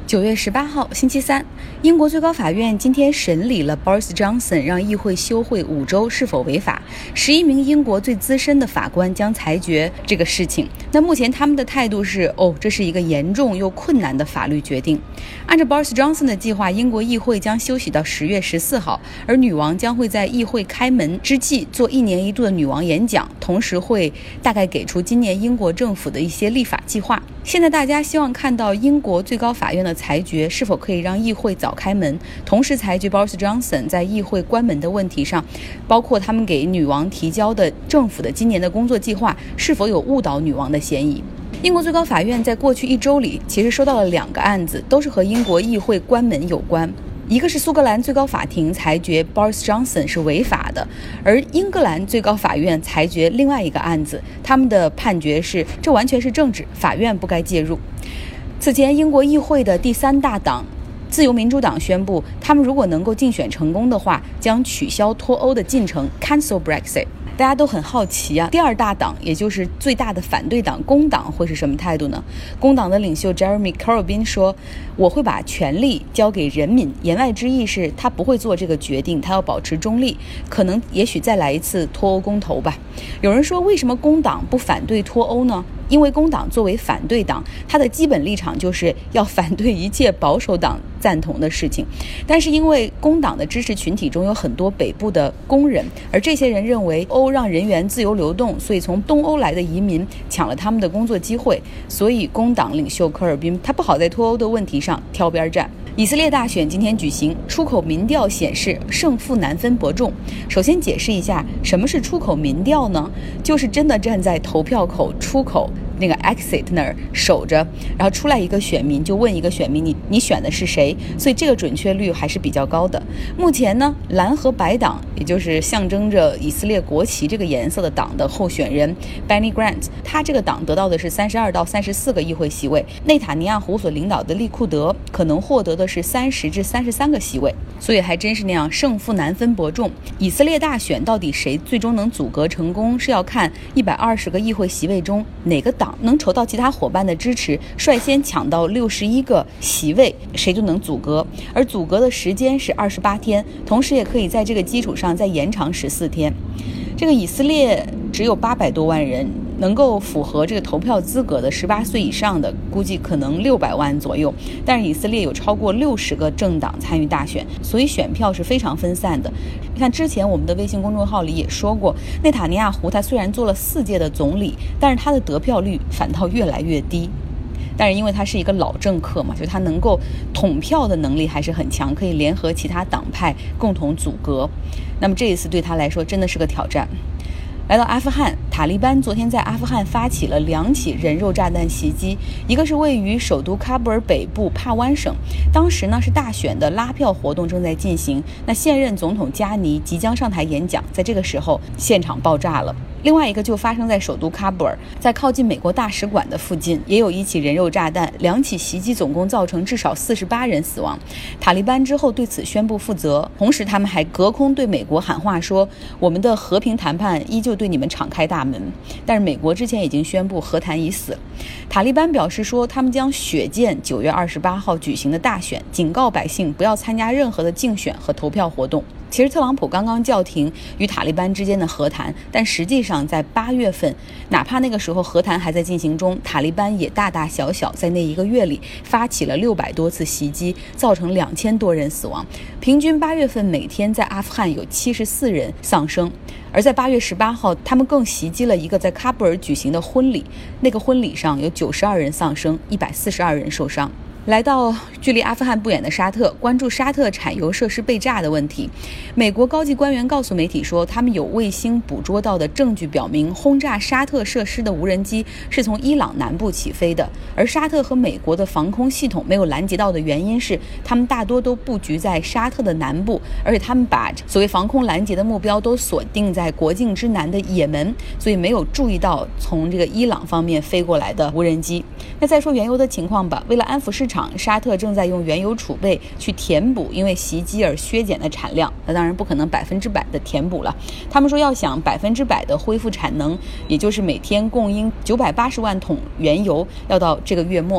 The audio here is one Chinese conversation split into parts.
9月18号星期三，英国最高法院今天审理了 Boris Johnson 让议会休会5周是否违法。11名英国最资深的法官将裁决这个事情。那目前他们的态度是，这是一个严重又困难的法律决定。按照 Boris Johnson 的计划，英国议会将休息到10月14号，而女王将会在议会开门之际做1年1度的女王演讲，同时会大概给出今年英国政府的一些立法计划。现在大家希望看到英国最高法院的裁决是否可以让议会早开门，同时裁决 Boris Johnson 在议会关门的问题上，包括他们给女王提交的政府的今年的工作计划是否有误导女王的嫌疑。英国最高法院在过去1周里其实收到了2个案子，都是和英国议会关门有关。一个是苏格兰最高法庭裁决 Boris Johnson 是违法的，而英格兰最高法院裁决另外一个案子，他们的判决是这完全是政治，法院不该介入。此前英国议会的第3大党自由民主党宣布，他们如果能够竞选成功的话，将取消脱欧的进程 Cancel Brexit。大家都很好奇啊，第2大党也就是最大的反对党工党会是什么态度呢？工党的领袖 Jeremy Corbyn 说，我会把权力交给人民，言外之意是他不会做这个决定，他要保持中立，可能也许再来一次脱欧公投吧。有人说，为什么工党不反对脱欧呢？因为工党作为反对党，它的基本立场就是要反对一切保守党赞同的事情。但是因为工党的支持群体中有很多北部的工人，而这些人认为欧让人员自由流动，所以从东欧来的移民抢了他们的工作机会，所以工党领袖科尔宾他不好在脱欧的问题上挑边站。以色列大选今天举行，出口民调显示胜负难分伯仲。首先解释一下什么是出口民调呢？就是真的站在投票口出口那个 exit 那儿守着，然后出来一个选民就问一个选民，你选的是谁？所以这个准确率还是比较高的。目前呢，蓝和白党，也就是象征着以色列国旗这个颜色的党的候选人 Benny Grant， 他这个党得到的是32到34个议会席位，内塔尼亚胡所领导的利库德可能获得的是30至33个席位，所以还真是那样胜负难分伯仲。以色列大选到底谁最终能阻隔成功，是要看120个议会席位中哪个党能筹到其他伙伴的支持，率先抢到61个席位，谁就能阻隔。而阻隔的时间是28天，同时也可以在这个基础上再延长14天。这个以色列只有800多万人，能够符合这个投票资格的18岁以上的估计可能600万左右，但是以色列有超过60个政党参与大选，所以选票是非常分散的。像之前我们的微信公众号里也说过，内塔尼亚胡他虽然做了4届的总理，但是他的得票率反倒越来越低。但是因为他是一个老政客嘛，就他能够统票的能力还是很强，可以联合其他党派共同阻隔。那么这一次对他来说真的是个挑战。来到阿富汗，塔利班昨天在阿富汗发起了2起人肉炸弹袭击，一个是位于首都喀布尔北部帕湾省，当时呢是大选的拉票活动正在进行，那现任总统加尼即将上台演讲，在这个时候现场爆炸了。另外一个就发生在首都喀布尔，在靠近美国大使馆的附近也有1起人肉炸弹，2起袭击总共造成至少48人死亡。塔利班之后对此宣布负责，同时他们还隔空对美国喊话说，我们的和平谈判依旧对你们敞开大门。但是美国之前已经宣布和谈已死。塔利班表示说，他们将血溅9月28号举行的大选，警告百姓不要参加任何的竞选和投票活动。其实特朗普刚刚叫停与塔利班之间的和谈，但实际上在8月份，哪怕那个时候和谈还在进行中，塔利班也大大小小在那1个月里发起了600多次袭击，造成2000多人死亡。平均8月份每天在阿富汗有74人丧生。而在8月18号，他们更袭击了一个在喀布尔举行的婚礼，那个婚礼上有92人丧生，142人受伤。来到距离阿富汗不远的沙特，关注沙特产油设施被炸的问题。美国高级官员告诉媒体说，他们有卫星捕捉到的证据表明，轰炸沙特设施的无人机是从伊朗南部起飞的，而沙特和美国的防空系统没有拦截到的原因是，他们大多都布局在沙特的南部，而且他们把所谓防空拦截的目标都锁定在国境之南的也门，所以没有注意到从这个伊朗方面飞过来的无人机。那再说原油的情况吧，为了安抚市场，沙特正在用原油储备去填补因为袭击而削减的产量，那当然不可能100%的填补了。他们说要想100%的恢复产能，也就是每天供应980万桶原油，要到这个月末。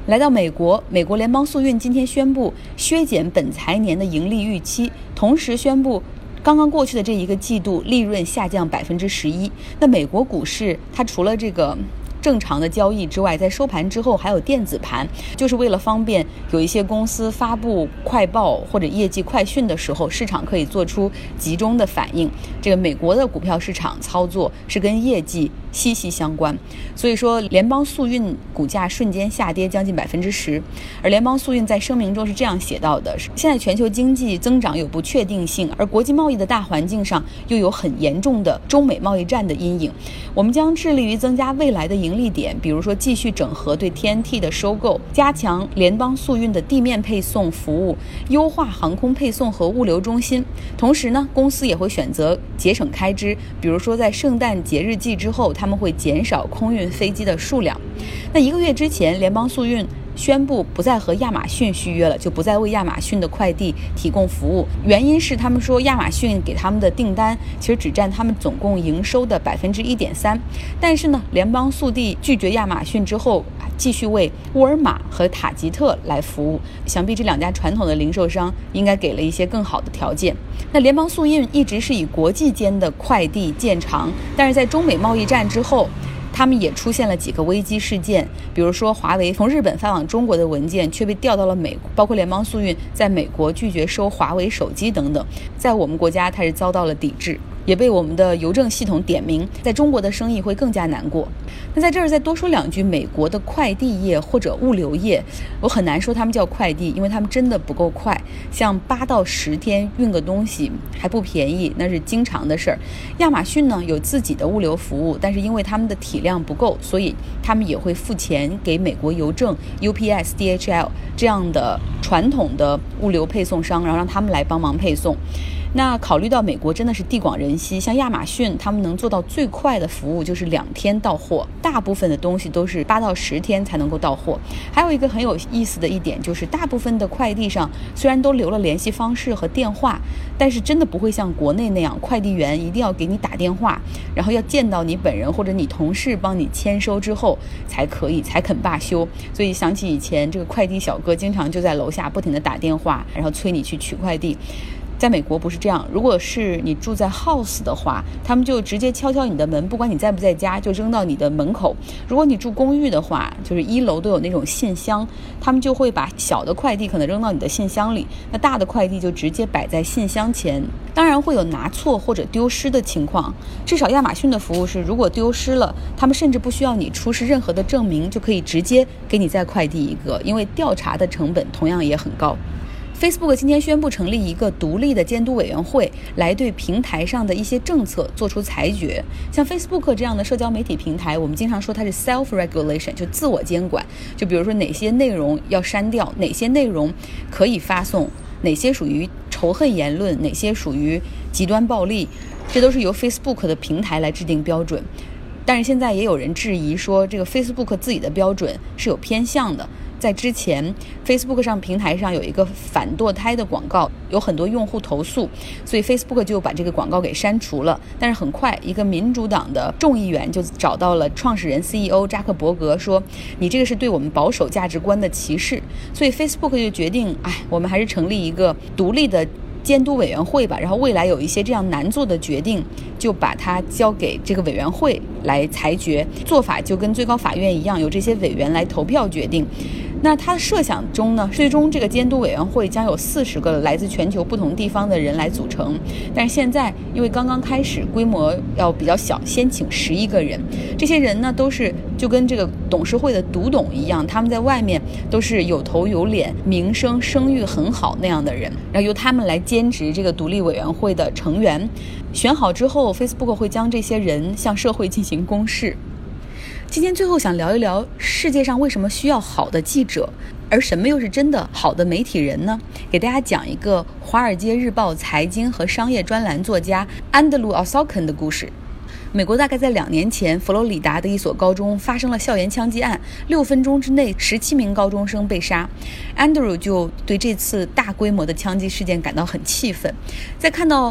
来到美国，美国联邦速运今天宣布削减本财年的盈利预期，同时宣布刚刚过去的这一个季度利润下降11%。那美国股市它除了这个正常的交易之外，在收盘之后还有电子盘，就是为了方便有一些公司发布快报或者业绩快讯的时候，市场可以做出集中的反应。这个美国的股票市场操作是跟业绩息息相关，所以说联邦速运股价瞬间下跌将近10%。而联邦速运在声明中是这样写到的：现在全球经济增长有不确定性，而国际贸易的大环境上又有很严重的中美贸易战的阴影，我们将致力于增加未来的盈利点，比如说继续整合对 TNT 的收购，加强联邦速运的地面配送服务，优化航空配送和物流中心。同时呢，公司也会选择节省开支，比如说在圣诞节日季之后，他们会减少空运飞机的数量。那1个月之前，联邦速运宣布不再和亚马逊续约了，就不再为亚马逊的快递提供服务。原因是他们说亚马逊给他们的订单其实只占他们总共营收的1.3%。但是呢，联邦速递拒绝亚马逊之后，继续为沃尔玛和塔吉特来服务。想必这2家传统的零售商应该给了一些更好的条件。那联邦速运一直是以国际间的快递见长，但是在中美贸易战之后，他们也出现了几个危机事件，比如说华为从日本发往中国的文件却被调到了美国，包括联邦速运在美国拒绝收华为手机等等，在我们国家它是遭到了抵制，也被我们的邮政系统点名，在中国的生意会更加难过。那在这儿再多说2句美国的快递业或者物流业，我很难说他们叫快递，因为他们真的不够快，像8到10天运个东西还不便宜，那是经常的事儿。亚马逊呢有自己的物流服务，但是因为他们的体量不够，所以他们也会付钱给美国邮政、UPS、DHL 这样的传统的物流配送商，然后让他们来帮忙配送。那考虑到美国真的是地广人稀，像亚马逊他们能做到最快的服务就是2天到货，大部分的东西都是8到10天才能够到货。还有一个很有意思的一点就是，大部分的快递上虽然都留了联系方式和电话，但是真的不会像国内那样，快递员一定要给你打电话，然后要见到你本人或者你同事帮你签收之后才肯罢休。所以想起以前这个快递小哥经常就在楼下不停地打电话，然后催你去取快递。在美国不是这样，如果是你住在 house 的话，他们就直接敲敲你的门，不管你在不在家，就扔到你的门口。如果你住公寓的话，就是1楼都有那种信箱，他们就会把小的快递可能扔到你的信箱里，那大的快递就直接摆在信箱前。当然会有拿错或者丢失的情况，至少亚马逊的服务是，如果丢失了，他们甚至不需要你出示任何的证明，就可以直接给你再快递一个，因为调查的成本同样也很高。Facebook 今天宣布成立一个独立的监督委员会，来对平台上的一些政策做出裁决。像 Facebook 这样的社交媒体平台，我们经常说它是 self-regulation， 就自我监管。就比如说哪些内容要删掉，哪些内容可以发送，哪些属于仇恨言论，哪些属于极端暴力，这都是由 Facebook 的平台来制定标准。但是现在也有人质疑说，这个 Facebook 自己的标准是有偏向的。在之前 Facebook 上平台上有一个反堕胎的广告，有很多用户投诉，所以 Facebook 就把这个广告给删除了。但是很快一个民主党的众议员就找到了创始人 CEO 扎克伯格，说你这个是对我们保守价值观的歧视。所以 Facebook 就决定我们还是成立一个独立的监督委员会吧，然后未来有一些这样难做的决定就把它交给这个委员会来裁决，做法就跟最高法院一样，由这些委员来投票决定。那他的设想中呢，最终这个监督委员会将有40个来自全球不同地方的人来组成，但是现在因为刚刚开始，规模要比较小，先请11个人。这些人呢都是就跟这个董事会的独董一样，他们在外面都是有头有脸，名声声誉很好那样的人，然后由他们来兼职这个独立委员会的成员。选好之后 Facebook 会将这些人向社会进行公示。今天最后想聊一聊世界上为什么需要好的记者，而什么又是真的好的媒体人呢？给大家讲一个华尔街日报财经和商业专栏作家安德鲁·奥绍肯的故事。美国大概在2年前，佛罗里达的一所高中发生了校园枪击案，6分钟之内17名高中生被杀。安德鲁就对这次大规模的枪击事件感到很气愤，在看到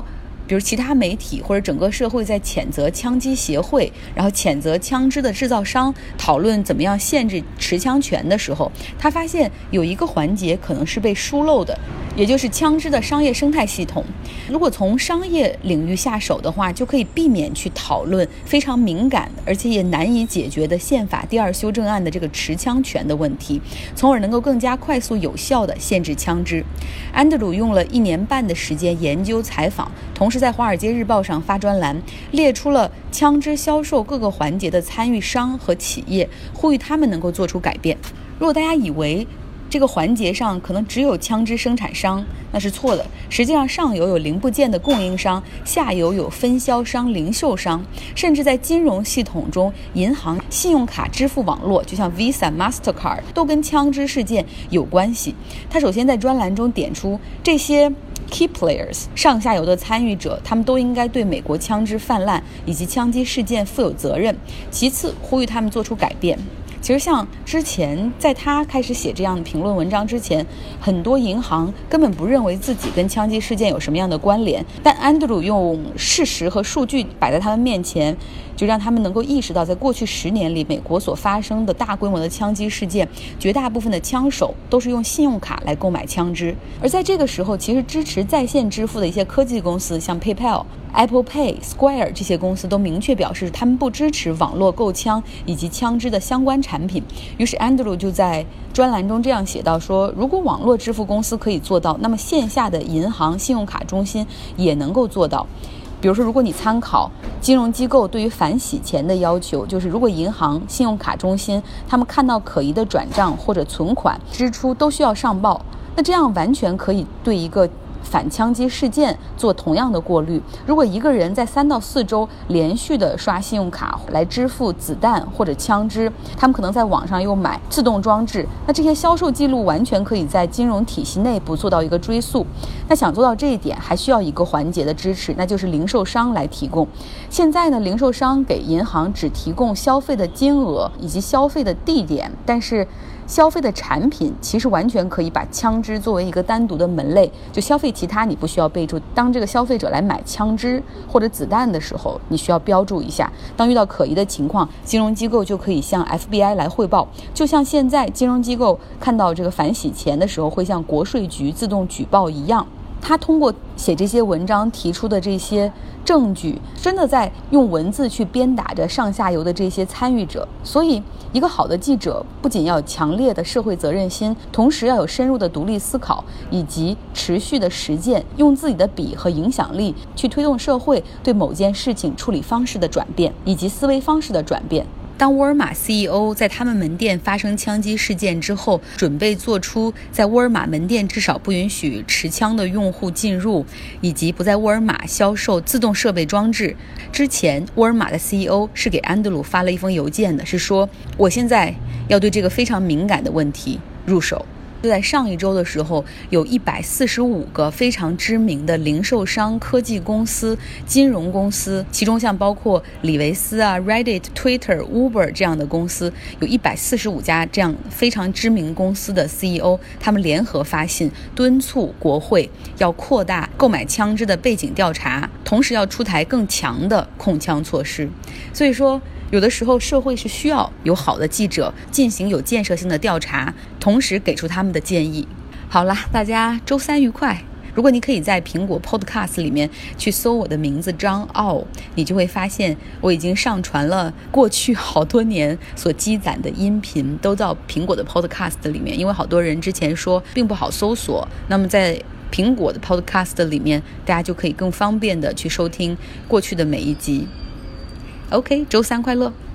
比如其他媒体或者整个社会在谴责枪击协会，然后谴责枪支的制造商，讨论怎么样限制持枪权的时候，他发现有一个环节可能是被疏漏的，也就是枪支的商业生态系统。如果从商业领域下手的话，就可以避免去讨论非常敏感而且也难以解决的宪法第2修正案的这个持枪权的问题，从而能够更加快速有效地限制枪支。安德鲁用了1年半的时间研究采访，同时在《华尔街日报》上发专栏，列出了枪支销售各个环节的参与商和企业，呼吁他们能够做出改变。如果大家以为这个环节上可能只有枪支生产商，那是错的。实际上上游有零部件的供应商，下游有分销商、零售商，甚至在金融系统中，银行、信用卡支付网络，就像 Visa、Mastercard 都跟枪支事件有关系。他首先在专栏中点出这些Key players 上下游的参与者，他们都应该对美国枪支泛滥以及枪击事件负有责任。其次，呼吁他们做出改变。其实像之前在他开始写这样的评论文章之前，很多银行根本不认为自己跟枪击事件有什么样的关联，但安德鲁用事实和数据摆在他们面前，就让他们能够意识到，在过去10年里美国所发生的大规模的枪击事件，绝大部分的枪手都是用信用卡来购买枪支。而在这个时候，其实支持在线支付的一些科技公司，像 PayPal、Apple Pay、Square 这些公司都明确表示他们不支持网络购枪以及枪支的相关产品。于是安德鲁就在专栏中这样写到说，如果网络支付公司可以做到，那么线下的银行、信用卡中心也能够做到。比如说，如果你参考金融机构对于反洗钱的要求，就是如果银行、信用卡中心他们看到可疑的转账或者存款支出都需要上报，那这样完全可以对一个反枪击事件做同样的过滤。如果一个人在3到4周连续的刷信用卡来支付子弹或者枪支，他们可能在网上又买自动装置，那这些销售记录完全可以在金融体系内部做到一个追溯。那想做到这一点，还需要一个环节的支持，那就是零售商来提供。现在呢，零售商给银行只提供消费的金额以及消费的地点，但是消费的产品其实完全可以把枪支作为一个单独的门类，就消费其他你不需要备注。当这个消费者来买枪支或者子弹的时候，你需要标注一下。当遇到可疑的情况，金融机构就可以向 FBI 来汇报，就像现在金融机构看到这个反洗钱的时候会向国税局自动举报一样。他通过写这些文章提出的这些证据，真的在用文字去鞭打着上下游的这些参与者。所以一个好的记者不仅要有强烈的社会责任心，同时要有深入的独立思考以及持续的实践，用自己的笔和影响力去推动社会对某件事情处理方式的转变以及思维方式的转变。当沃尔玛 CEO 在他们门店发生枪击事件之后，准备做出在沃尔玛门店至少不允许持枪的用户进入，以及不在沃尔玛销售自动设备装置之前，沃尔玛的 CEO 是给安德鲁发了一封邮件的，是说我现在要对这个非常敏感的问题入手。就在上一周的时候，有145个非常知名的零售商、科技公司、金融公司，其中像包括李维斯啊、Reddit、Twitter、Uber 这样的公司，有145家这样非常知名公司的 CEO， 他们联合发信敦促国会要扩大购买枪支的背景调查，同时要出台更强的控枪措施。所以说有的时候社会是需要有好的记者进行有建设性的调查，同时给出他们的建议。好啦，大家周3愉快。如果你可以在苹果 Podcast 里面去搜我的名字张奥，你就会发现我已经上传了过去好多年所积攒的音频都到苹果的 Podcast 里面，因为好多人之前说并不好搜索，那么在苹果的 Podcast 里面大家就可以更方便的去收听过去的每一集。OK， 周3快乐。